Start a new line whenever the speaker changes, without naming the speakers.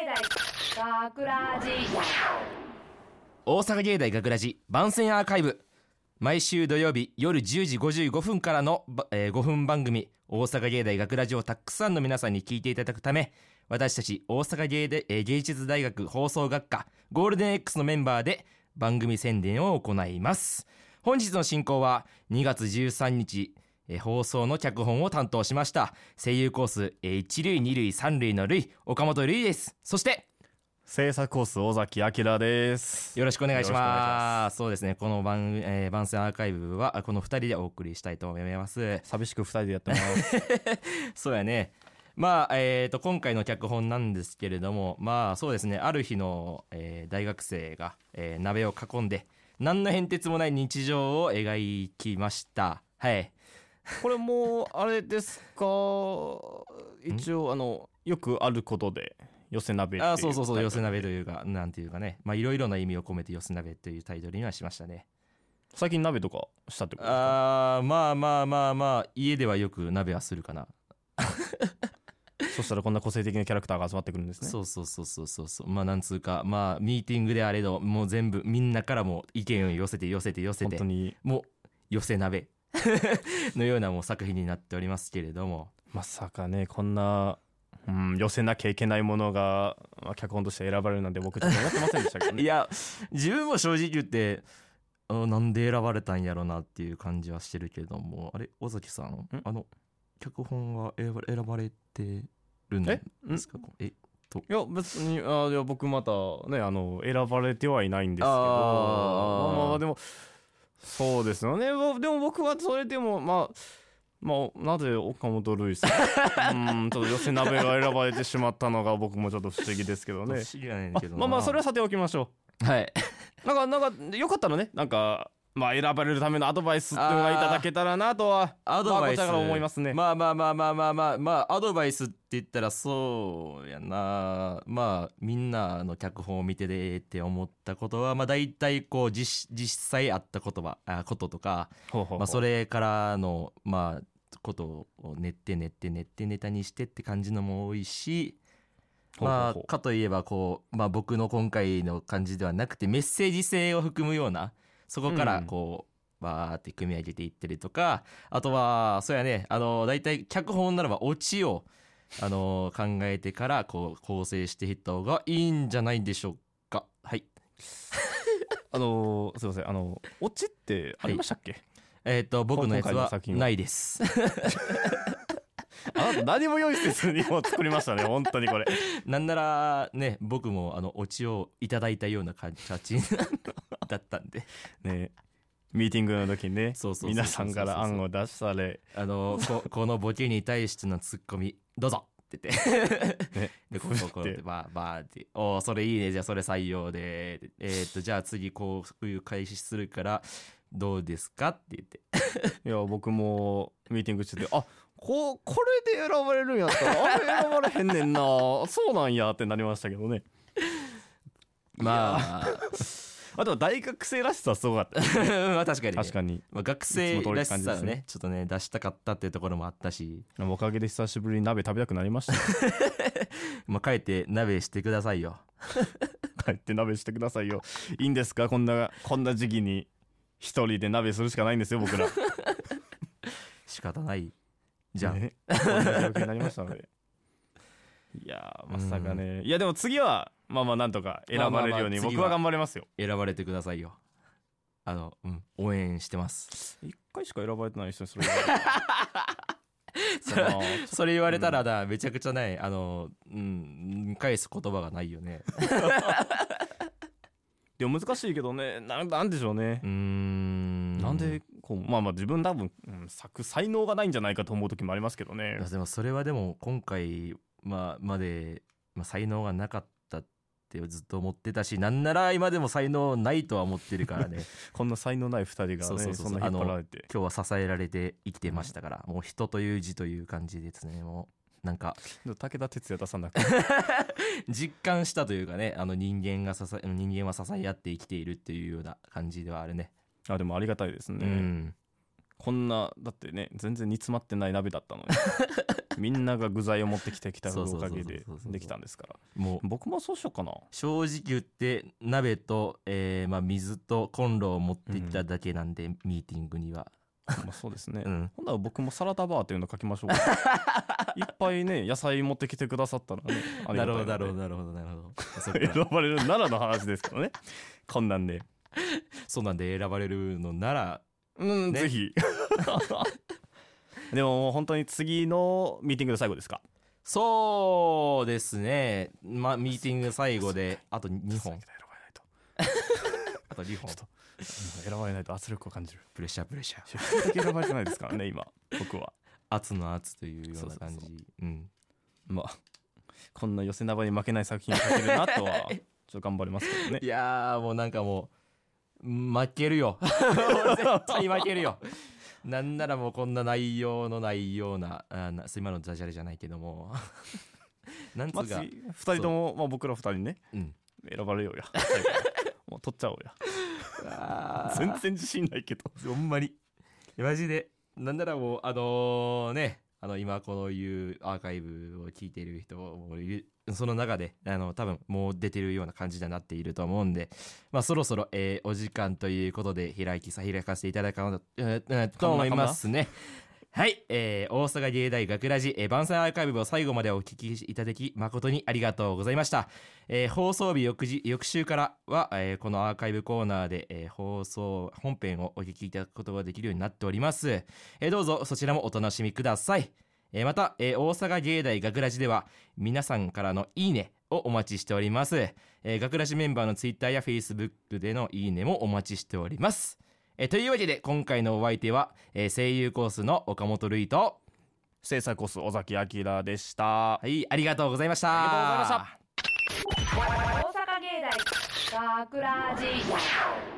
学ラジ
大阪芸大学ラジ番宣アーカイブ、毎週土曜日夜10時55分からの、5分番組大阪芸大学ラジをたくさんの皆さんに聞いていただくため、私たち大阪芸術大学放送学科ゴールデン X のメンバーで番組宣伝を行います。本日の進行は2月13日放送の脚本を担当しました声優コース1類2類3類の類岡本類です。そして
制作コース尾崎明です。
よろしくお願いします。そうですね、この番宣アーカイブはこの2人でお送りしたいと思います。
寂しく2人でやってます
そうやね。まあ今回の脚本なんですけれども、まあそうですね、ある日の、大学生が、鍋を囲んで何の変哲もない日常を描きました。はい。
これもうあれですか、一応よくあることで寄せ鍋っていう。
そう寄せ鍋というかなんていうかね、まあいろいろな意味を込めて寄せ鍋というタイトルにはしましたね。
最近鍋とかしたってことですか？
まあ家ではよく鍋はするかな
そしたらこんな個性的なキャラクターが集まってくるんですね。
そうまあなんつうか、まあミーティングであれどもう全部みんなからも意見を寄せて
本当に
もう寄せ鍋のようなもう作品になっておりますけれども、
まさかねこんな寄せなきゃいけないものが、脚本として選ばれるなんて僕ちょっと思ってませんでしたけどね
いや自分も正直言ってなんで選ばれたんやろなっていう感じはしてるけども、あれ尾崎さん脚本は選ばれてるんですか？
いや別にいや僕またね選ばれてはいないんですけど、まあでもそうですよね。でも僕はそれでもまあなぜ岡本瑠衣さんちょっと寄せ鍋が選ばれてしまったのが僕もちょっと不思議ですけどね。
不思議やねんけどな。
まあそれはさておきましょ
う。はい
なんかよかったらね、なんか選ばれるためのアドバイスっていうのがいただけたらなとは
アドバイス、
こちらから思いますね。
まあアドバイスって言ったらそうやな。まあみんなの脚本を見てでって思ったことは大体こう実際あったこととか、それからのことを練ってネタにしてって感じのも多いし、かといえばこう、僕の今回の感じではなくてメッセージ性を含むような、そこからこうバーって組み上げていったりとか、あとはそうやね、大体脚本ならばオチを考えてからこう構成していった方がいいんじゃないでしょうか。はい
すいません、オチってありましたっけ？
僕のやつはないです
あなた何も用意せずにもう作りましたね本当にこれ
なんならね、僕もオチをいただいたような形だったんで
ね、ミーティングの時にね、
そう
皆さんから案を出され
このボケに対してのツッコミどうぞって言ってね、でこうってバーってそれいいね、じゃあそれ採用でじゃあ次こういう開始するからどうですかって言って
いや僕もミーティングしててこれで選ばれるんやったら選ばれへんねんなそうなんやってなりましたけどね。でも大学生らしさはすごかった
確かに、学生らしさをねちょっとね出したかったっていうところもあったし、
おかげで久しぶりに鍋食べたくなりました
帰って鍋してくださいよ
帰って鍋してくださいよ。いいんですか、こんな時期に一人で鍋するしかないんですよ僕ら
仕方ないじゃん、
ね、こんな状況になりましたのでいやまさかね。いやでも次はなんとか選ばれるように僕は頑張りますよ。
選ばれてくださいよ。応援してます。
一回しか選ばれてない人にそれ
それ言われたらめちゃくちゃない返す言葉がないよね
でも難しいけどね、なんでしょうね。なんでこう自分多分、咲く才能がないんじゃないかと思う時もありますけどね。
でもそれはでも今回まで、才能がなかったってずっと思ってたし、なんなら今でも才能ないとは思ってるからね
こんな才能ない2人がねそんな引っ張られて
今日は支えられて生きてましたから、もう人という字という感じですね。もうなんか
武田鉄矢出さなくて
実感したというかね、人間は支え合って生きているっていうような感じではあるね。
でもありがたいですね、こんなだってね全然煮詰まってない鍋だったのにみんなが具材を持ってきてきたおかげで
そうそうそうそう
できたんですから。
もう
僕もそうしようかな。
正直言って鍋と、まあ、水とコンロを持ってきただけなんで、ミーティングには
まあそうですね、
うん
ほんなら僕もサラダバーっていうの書きましょうかいっぱいね野菜持ってきてくださったらねあり
な
がたいので
るほどなるほどなるほどなるほどそっ
選
か
ばれるならの話ですけどねこんなんで
そうなんで選ばれるのなら
うん、
ね
ぜひでももう本当に次のミーティングで最後ですか。
そうですね、まあ、ミーティング最後であと2本
選ばれないと
あと2本
ちょっと選ばれないと圧力を感じる。
プレッシャープレッシャー
一人だけ選ばれてないですからね今僕は。
圧の圧というような感じ。
そうそう
うん
まあこんな寄せ縄に負けない作品を書けるなとはちょっと頑張りますけどね
いやーもうなんかもう負けるよ絶対負けるよなんならもうこんな内容のないような今のダジャレじゃないけどもなんつ
まあ、
うか、
次2人とも、まあ、僕ら2人ね
うん
選ばれようやもう取っちゃおうや。
あー
全然自信ないけど
ほんまにマジでなんならもうね今このいうアーカイブを聞いている人もいるその中で多分もう出てるような感じになっていると思うんで、まあ、そろそろ、お時間ということで開かせていただこうと思いますね。はい、大阪芸大学ラジ、晩餐アーカイブを最後までお聞きいただき誠にありがとうございました。放送日翌週からは、このアーカイブコーナーで、本編をお聞きいただくことができるようになっております。どうぞそちらもお楽しみください。また、大阪芸大学ラジでは皆さんからのいいねをお待ちしております。学ラジメンバーのツイッターやフェイスブックでのいいねもお待ちしております。というわけで今回のお相手は、声優コースの岡本瑠衣と
制作コース尾崎明でした。
はい、ありがとうございました。
ありがとうございました。
大阪芸大学ラジ